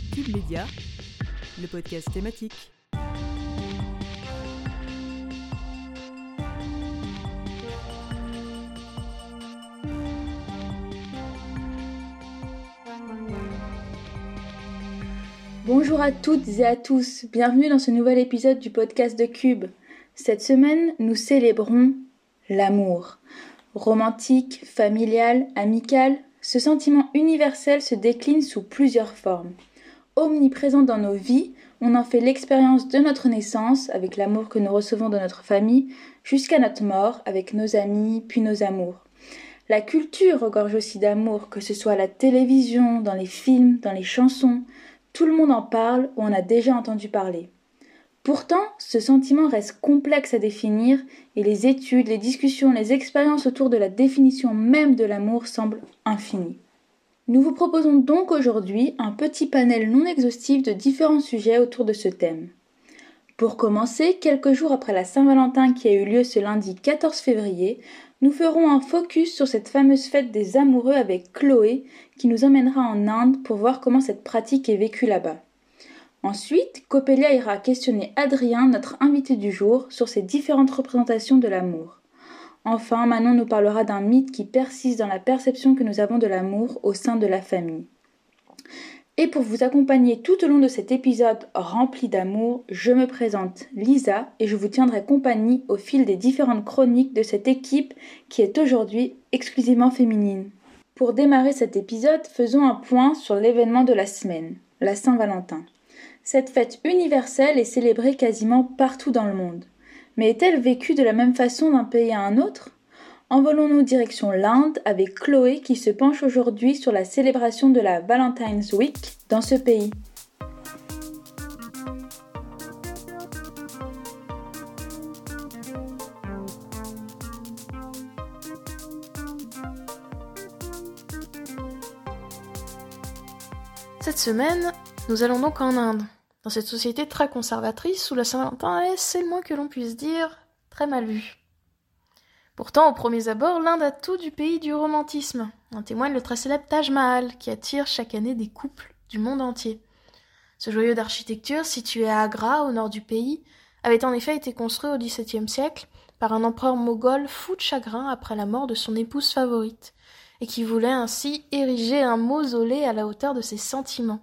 Cube Média, le podcast thématique. Bonjour à toutes et à tous, bienvenue dans ce nouvel épisode du podcast de Cube. Cette semaine, nous célébrons l'amour. Romantique, familial, amical, ce sentiment universel se décline sous plusieurs formes. Omniprésent dans nos vies, on en fait l'expérience de notre naissance, avec l'amour que nous recevons de notre famille, jusqu'à notre mort, avec nos amis, puis nos amours. La culture regorge aussi d'amour, que ce soit à la télévision, dans les films, dans les chansons. Tout le monde en parle ou en a déjà entendu parler. Pourtant, ce sentiment reste complexe à définir et les études, les discussions, les expériences autour de la définition même de l'amour semblent infinies. Nous vous proposons donc aujourd'hui un petit panel non exhaustif de différents sujets autour de ce thème. Pour commencer, quelques jours après la Saint-Valentin qui a eu lieu ce lundi 14 février, nous ferons un focus sur cette fameuse fête des amoureux avec Chloé qui nous emmènera en Inde pour voir comment cette pratique est vécue là-bas. Ensuite, Coppelia ira questionner Adrien, notre invité du jour, sur ces différentes représentations de l'amour. Enfin, Manon nous parlera d'un mythe qui persiste dans la perception que nous avons de l'amour au sein de la famille. Et pour vous accompagner tout au long de cet épisode rempli d'amour, je me présente Lisa et je vous tiendrai compagnie au fil des différentes chroniques de cette équipe qui est aujourd'hui exclusivement féminine. Pour démarrer cet épisode, faisons un point sur l'événement de la semaine, la Saint-Valentin. Cette fête universelle est célébrée quasiment partout dans le monde. Mais est-elle vécue de la même façon d'un pays à un autre ? Envolons-nous direction l'Inde avec Chloé qui se penche aujourd'hui sur la célébration de la Valentine's Week dans ce pays. Cette semaine, nous allons donc en Inde, dans cette société très conservatrice où la Saint-Valentin est, c'est le moins que l'on puisse dire, très mal vue. Pourtant, au premier abord, l'Inde a tout du pays du romantisme. En témoigne le très célèbre Taj Mahal, qui attire chaque année des couples du monde entier. Ce joyau d'architecture, situé à Agra, au nord du pays, avait en effet été construit au XVIIe siècle par un empereur moghol fou de chagrin après la mort de son épouse favorite, et qui voulait ainsi ériger un mausolée à la hauteur de ses sentiments.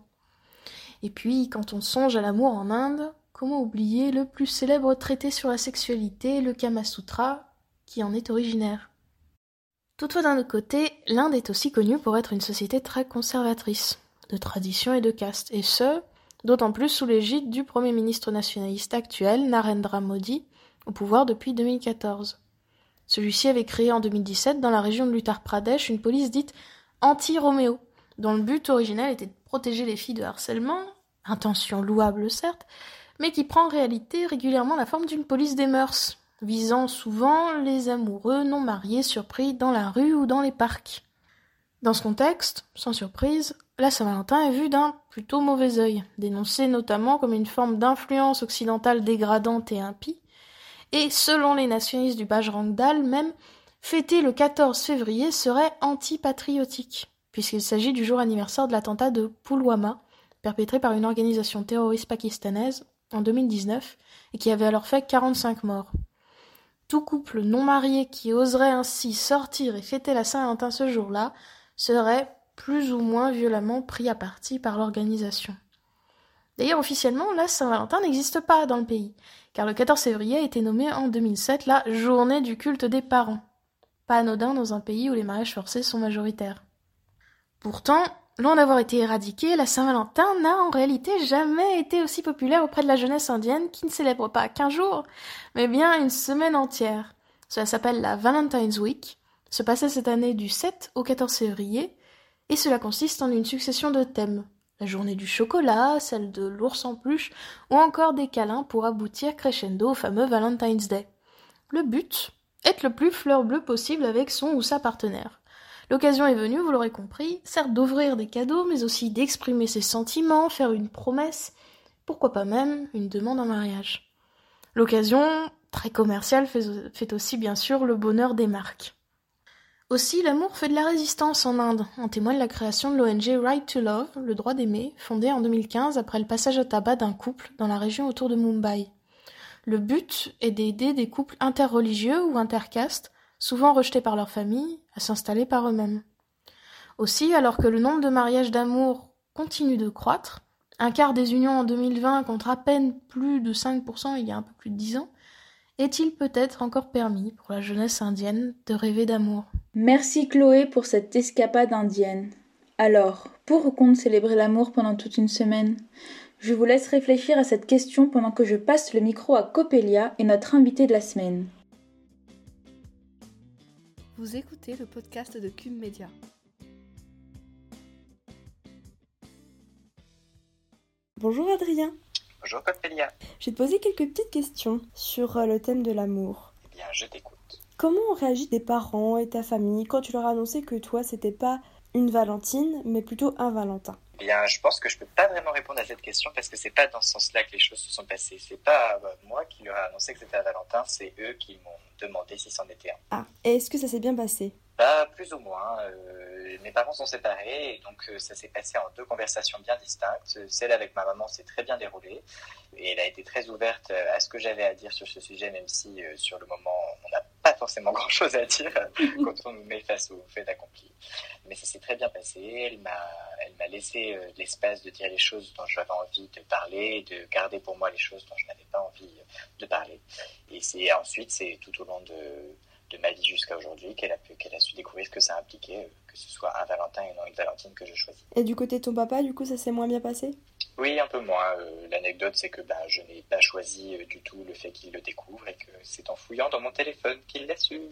Et puis, quand on songe à l'amour en Inde, comment oublier le plus célèbre traité sur la sexualité, le Kama Sutra, qui en est originaire. Toutefois, d'un autre côté, l'Inde est aussi connue pour être une société très conservatrice, de tradition et de caste, et ce, d'autant plus sous l'égide du Premier ministre nationaliste actuel, Narendra Modi, au pouvoir depuis 2014. Celui-ci avait créé en 2017 dans la région de l'Uttar Pradesh une police dite anti-Roméo, dont le but originel était de protéger les filles de harcèlement, intention louable certes, mais qui prend en réalité régulièrement la forme d'une police des mœurs, visant souvent les amoureux non mariés surpris dans la rue ou dans les parcs. Dans ce contexte, sans surprise, la Saint-Valentin est vue d'un plutôt mauvais œil, dénoncée notamment comme une forme d'influence occidentale dégradante et impie, et selon les nationalistes du Bajrang Dal même, fêter le 14 février serait anti-patriotique, puisqu'il s'agit du jour anniversaire de l'attentat de Pulwama, perpétré par une organisation terroriste pakistanaise en 2019, et qui avait alors fait 45 morts. Tout couple non marié qui oserait ainsi sortir et fêter la Saint-Valentin ce jour-là serait plus ou moins violemment pris à partie par l'organisation. D'ailleurs, officiellement, la Saint-Valentin n'existe pas dans le pays, car le 14 février a été nommé en 2007 la journée du culte des parents. Pas anodin dans un pays où les mariages forcés sont majoritaires. Pourtant, loin d'avoir été éradiquée, la Saint-Valentin n'a en réalité jamais été aussi populaire auprès de la jeunesse indienne qui ne célèbre pas qu'un jour, mais bien une semaine entière. Cela s'appelle la Valentine's Week, se passait cette année du 7 au 14 février, et cela consiste en une succession de thèmes. La journée du chocolat, celle de l'ours en peluche, ou encore des câlins pour aboutir crescendo au fameux Valentine's Day. Le but, être le plus fleur bleue possible avec son ou sa partenaire. L'occasion est venue, vous l'aurez compris, certes d'ouvrir des cadeaux, mais aussi d'exprimer ses sentiments, faire une promesse, pourquoi pas même une demande en mariage. L'occasion, très commerciale, fait aussi bien sûr le bonheur des marques. Aussi, l'amour fait de la résistance en Inde. En témoigne la création de l'ONG Right to Love, le droit d'aimer, fondée en 2015 après le passage à tabac d'un couple dans la région autour de Mumbai. Le but est d'aider des couples interreligieux ou intercastes, souvent rejetés par leur famille, à s'installer par eux-mêmes. Aussi, alors que le nombre de mariages d'amour continue de croître, un quart des unions en 2020 contre à peine plus de 5% il y a un peu plus de 10 ans, est-il peut-être encore permis pour la jeunesse indienne de rêver d'amour ? Merci Chloé pour cette escapade indienne. Alors, pour ou contre célébrer l'amour pendant toute une semaine ? Je vous laisse réfléchir à cette question pendant que je passe le micro à Coppelia et notre invité de la semaine. Vous écoutez le podcast de Cube Media. Bonjour Adrien. Bonjour Coppelia. Je vais te poser quelques petites questions sur le thème de l'amour. Eh bien, je t'écoute. Comment ont réagi tes parents et ta famille quand tu leur as annoncé que toi, c'était pas une Valentine, mais plutôt un Valentin ? Eh bien, je pense que je peux pas vraiment répondre à cette question parce que c'est pas dans ce sens-là que les choses se sont passées. C'est pas moi qui leur ai annoncé que c'était un Valentin, c'est eux qui m'ont demandé si c'en était un. Ah, et est-ce que ça s'est bien passé ? Bah, plus ou moins. Mes parents sont séparés et donc ça s'est passé en 2 conversations bien distinctes. Celle avec ma maman s'est très bien déroulée et elle a été très ouverte à ce que j'avais à dire sur ce sujet, même si sur le moment on n'a pas forcément grand-chose à dire quand on nous met face au fait accompli. Mais ça s'est très bien passé. Elle m'a laissé de l'espace de dire les choses dont j'avais envie de parler, de garder pour moi les choses dont je n'avais pas envie de parler. Et ensuite, c'est tout au long de ma vie jusqu'à aujourd'hui qu'elle a su découvrir ce que ça impliquait, que ce soit un Valentin et non une Valentine que je choisis. Et du côté de ton papa, du coup, ça s'est moins bien passé ? Oui, un peu moins. L'anecdote, c'est que je n'ai pas choisi du tout le fait qu'il le découvre et que c'est en fouillant dans mon téléphone qu'il l'a su.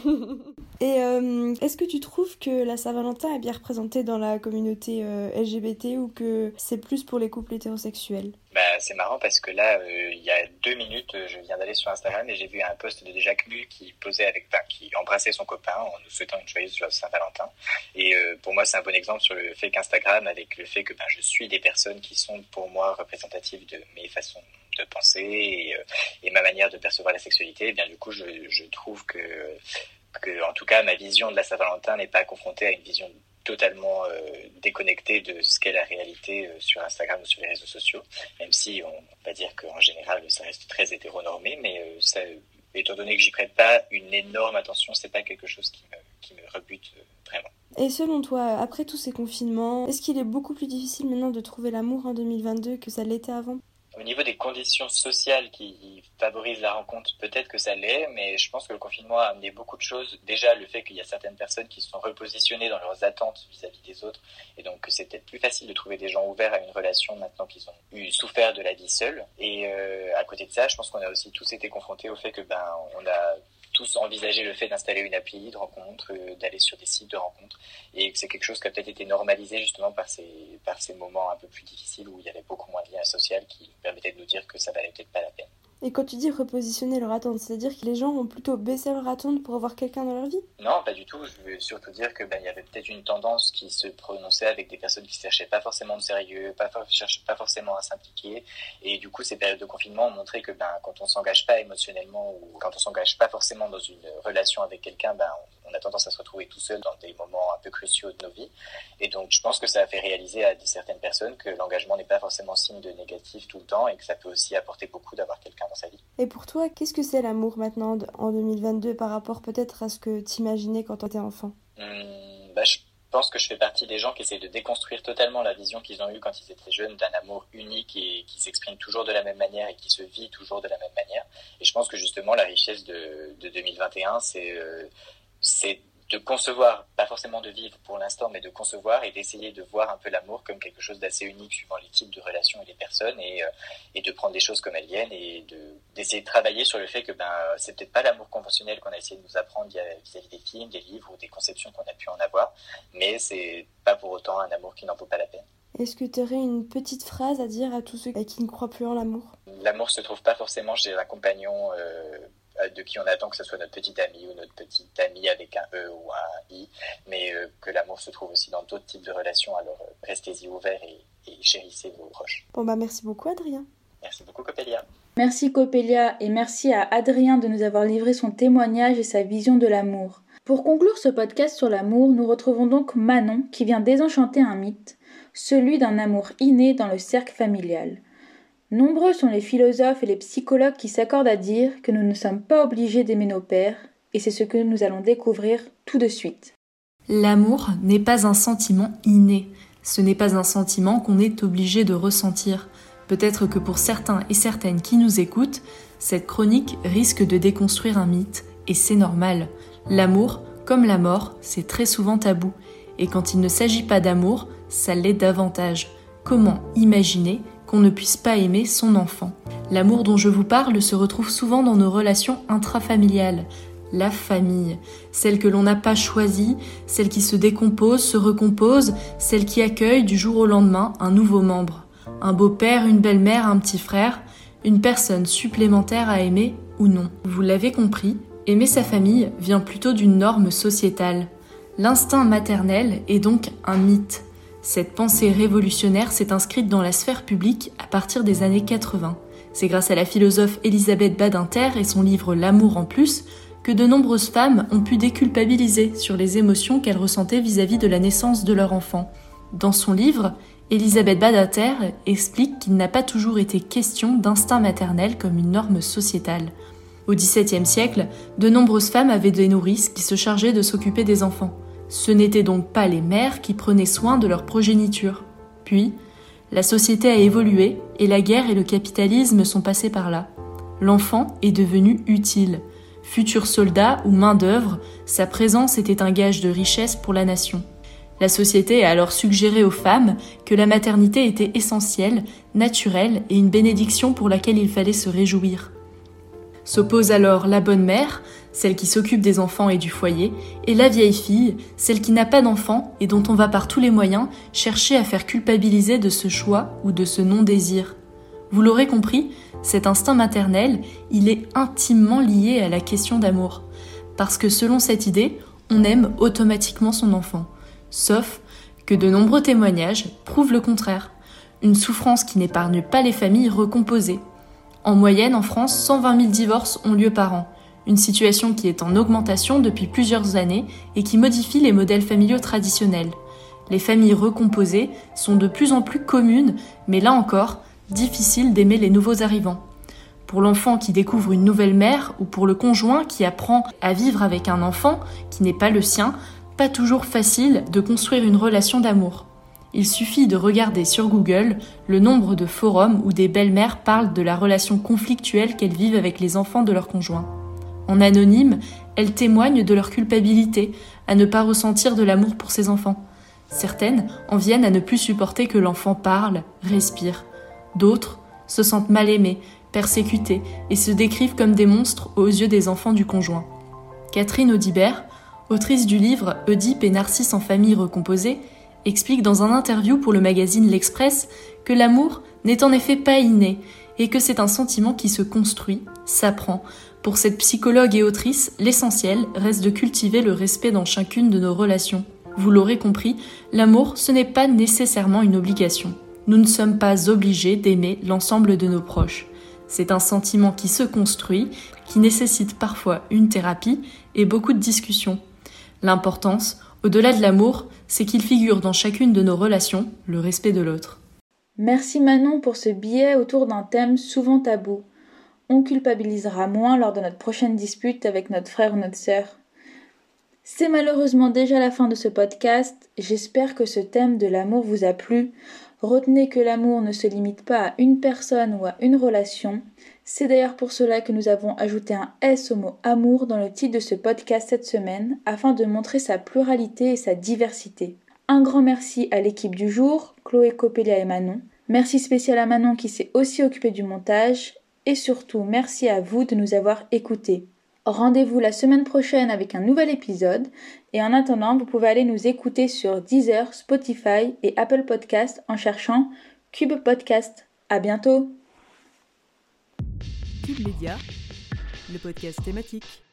Et est-ce que tu trouves que la Saint-Valentin est bien représentée dans la communauté LGBT ou que c'est plus pour les couples hétérosexuels ? C'est marrant parce que là, il y a 2 minutes, je viens d'aller sur Instagram et j'ai vu un post de Jacques Mul qui embrassait son copain en nous souhaitant une joyeuse Saint-Valentin. Et pour moi, c'est un bon exemple sur le fait qu'Instagram, avec le fait que je suis des personnes qui sont pour moi représentatives de mes façons de penser et ma manière de percevoir la sexualité, et bien du coup, je trouve que en tout cas, ma vision de la Saint-Valentin n'est pas confrontée à une vision totalement déconnectée de ce qu'est la réalité sur Instagram ou sur les réseaux sociaux, même si on va dire qu'en général ça reste très hétéronormé, mais ça, étant donné que j'y prête pas une énorme attention, c'est pas quelque chose qui me rebute vraiment. Et selon toi, après tous ces confinements, est-ce qu'il est beaucoup plus difficile maintenant de trouver l'amour en 2022 que ça l'était avant ? Au niveau des conditions sociales qui favorisent la rencontre, peut-être que ça l'est, mais je pense que le confinement a amené beaucoup de choses. Déjà, le fait qu'il y a certaines personnes qui se sont repositionnées dans leurs attentes vis-à-vis des autres, et donc c'est peut-être plus facile de trouver des gens ouverts à une relation maintenant qu'ils ont souffert de la vie seule. Et à côté de ça, je pense qu'on a aussi tous été confrontés au fait que on a tous envisagé le fait d'installer une appli de rencontre, d'aller sur des sites de rencontre, et que c'est quelque chose qui a peut-être été normalisé justement par ces moments un peu plus difficiles où il y avait beaucoup moins de liens sociaux qui permettaient de nous dire que ça valait peut-être pas la peine. Et quand tu dis repositionner leur attente, c'est-à-dire que les gens ont plutôt baissé leur attente pour avoir quelqu'un dans leur vie ? Non, pas du tout. Je veux surtout dire que il y avait peut-être une tendance qui se prononçait avec des personnes qui cherchaient pas forcément de sérieux, cherchaient pas forcément à s'impliquer. Et du coup, ces périodes de confinement ont montré que quand on s'engage pas émotionnellement ou quand on s'engage pas forcément dans une relation avec quelqu'un, on a tendance à se retrouver tout seul dans des moments un peu cruciaux de nos vies. Et donc, je pense que ça a fait réaliser à certaines personnes que l'engagement n'est pas forcément signe de négatif tout le temps et que ça peut aussi apporter beaucoup d'avoir quelqu'un dans sa vie. Et pour toi, qu'est-ce que c'est l'amour maintenant en 2022 par rapport peut-être à ce que t'imaginais quand t'étais enfant ? Je pense que je fais partie des gens qui essayent de déconstruire totalement la vision qu'ils ont eue quand ils étaient jeunes d'un amour unique et qui s'exprime toujours de la même manière et qui se vit toujours de la même manière. Et je pense que justement la richesse de 2021, c'est de concevoir, pas forcément de vivre pour l'instant, mais de concevoir et d'essayer de voir un peu l'amour comme quelque chose d'assez unique suivant les types de relations et les personnes et de prendre les choses comme elles viennent et d'essayer de travailler sur le fait que c'est peut-être pas l'amour conventionnel qu'on a essayé de nous apprendre vis-à-vis des films, des livres ou des conceptions qu'on a pu en avoir, mais c'est pas pour autant un amour qui n'en vaut pas la peine. Est-ce que tu aurais une petite phrase à dire à tous ceux qui ne croient plus en l'amour ? L'amour se trouve pas forcément chez un compagnon de qui on attend que ce soit notre petit ami ou notre petite amie avec un E ou un I, mais que l'amour se trouve aussi dans d'autres types de relations, alors restez-y ouverts et chérissez vos proches. Merci beaucoup Adrien. Merci beaucoup Coppelia. Merci Coppelia et merci à Adrien de nous avoir livré son témoignage et sa vision de l'amour. Pour conclure ce podcast sur l'amour, nous retrouvons donc Manon qui vient désenchanter un mythe, celui d'un amour inné dans le cercle familial. Nombreux sont les philosophes et les psychologues qui s'accordent à dire que nous ne sommes pas obligés d'aimer nos pères, et c'est ce que nous allons découvrir tout de suite. L'amour n'est pas un sentiment inné, ce n'est pas un sentiment qu'on est obligé de ressentir. Peut-être que pour certains et certaines qui nous écoutent, cette chronique risque de déconstruire un mythe, et c'est normal. L'amour, comme la mort, c'est très souvent tabou, et quand il ne s'agit pas d'amour, ça l'est davantage. Comment imaginer qu'on ne puisse pas aimer son enfant ? L'amour dont je vous parle se retrouve souvent dans nos relations intrafamiliales. La famille, celle que l'on n'a pas choisie, celle qui se décompose, se recompose, celle qui accueille du jour au lendemain un nouveau membre. Un beau-père, une belle-mère, un petit frère, une personne supplémentaire à aimer ou non. Vous l'avez compris, aimer sa famille vient plutôt d'une norme sociétale. L'instinct maternel est donc un mythe. Cette pensée révolutionnaire s'est inscrite dans la sphère publique à partir des années 80. C'est grâce à la philosophe Elisabeth Badinter et son livre L'amour en plus que de nombreuses femmes ont pu déculpabiliser sur les émotions qu'elles ressentaient vis-à-vis de la naissance de leur enfant. Dans son livre, Elisabeth Badinter explique qu'il n'a pas toujours été question d'instinct maternel comme une norme sociétale. Au XVIIe siècle, de nombreuses femmes avaient des nourrices qui se chargeaient de s'occuper des enfants. Ce n'étaient donc pas les mères qui prenaient soin de leur progéniture. Puis, la société a évolué et la guerre et le capitalisme sont passés par là. L'enfant est devenu utile. Futur soldat ou main-d'œuvre, sa présence était un gage de richesse pour la nation. La société a alors suggéré aux femmes que la maternité était essentielle, naturelle et une bénédiction pour laquelle il fallait se réjouir. S'oppose alors la bonne mère, celle qui s'occupe des enfants et du foyer, et la vieille fille, celle qui n'a pas d'enfant et dont on va par tous les moyens chercher à faire culpabiliser de ce choix ou de ce non-désir. Vous l'aurez compris, cet instinct maternel, il est intimement lié à la question d'amour. Parce que selon cette idée, on aime automatiquement son enfant. Sauf que de nombreux témoignages prouvent le contraire. Une souffrance qui n'épargne pas les familles recomposées. En moyenne, en France, 120 000 divorces ont lieu par an. Une situation qui est en augmentation depuis plusieurs années et qui modifie les modèles familiaux traditionnels. Les familles recomposées sont de plus en plus communes, mais là encore, difficile d'aimer les nouveaux arrivants. Pour l'enfant qui découvre une nouvelle mère ou pour le conjoint qui apprend à vivre avec un enfant qui n'est pas le sien, pas toujours facile de construire une relation d'amour. Il suffit de regarder sur Google le nombre de forums où des belles-mères parlent de la relation conflictuelle qu'elles vivent avec les enfants de leur conjoint. En anonyme, elles témoignent de leur culpabilité à ne pas ressentir de l'amour pour ses enfants. Certaines en viennent à ne plus supporter que l'enfant parle, respire. D'autres se sentent mal aimées, persécutées et se décrivent comme des monstres aux yeux des enfants du conjoint. Catherine Audibert, autrice du livre « Oedipe et Narcisse en famille recomposée », explique dans un interview pour le magazine L'Express que l'amour n'est en effet pas inné et que c'est un sentiment qui se construit, s'apprend. Pour cette psychologue et autrice, l'essentiel reste de cultiver le respect dans chacune de nos relations. Vous l'aurez compris, l'amour, ce n'est pas nécessairement une obligation. Nous ne sommes pas obligés d'aimer l'ensemble de nos proches. C'est un sentiment qui se construit, qui nécessite parfois une thérapie et beaucoup de discussions. L'importance, au-delà de l'amour, c'est qu'il figure dans chacune de nos relations le respect de l'autre. Merci Manon pour ce billet autour d'un thème souvent tabou. On culpabilisera moins lors de notre prochaine dispute avec notre frère ou notre sœur. C'est malheureusement déjà la fin de ce podcast. J'espère que ce thème de l'amour vous a plu. Retenez que l'amour ne se limite pas à une personne ou à une relation. C'est d'ailleurs pour cela que nous avons ajouté un S au mot amour dans le titre de ce podcast cette semaine, afin de montrer sa pluralité et sa diversité. Un grand merci à l'équipe du jour, Chloé, Coppelia et Manon. Merci spécial à Manon qui s'est aussi occupée du montage. Et surtout, merci à vous de nous avoir écoutés. Rendez-vous la semaine prochaine avec un nouvel épisode. Et en attendant, vous pouvez aller nous écouter sur Deezer, Spotify et Apple Podcast en cherchant Cube Podcast. À bientôt. Cube Média, le podcast thématique.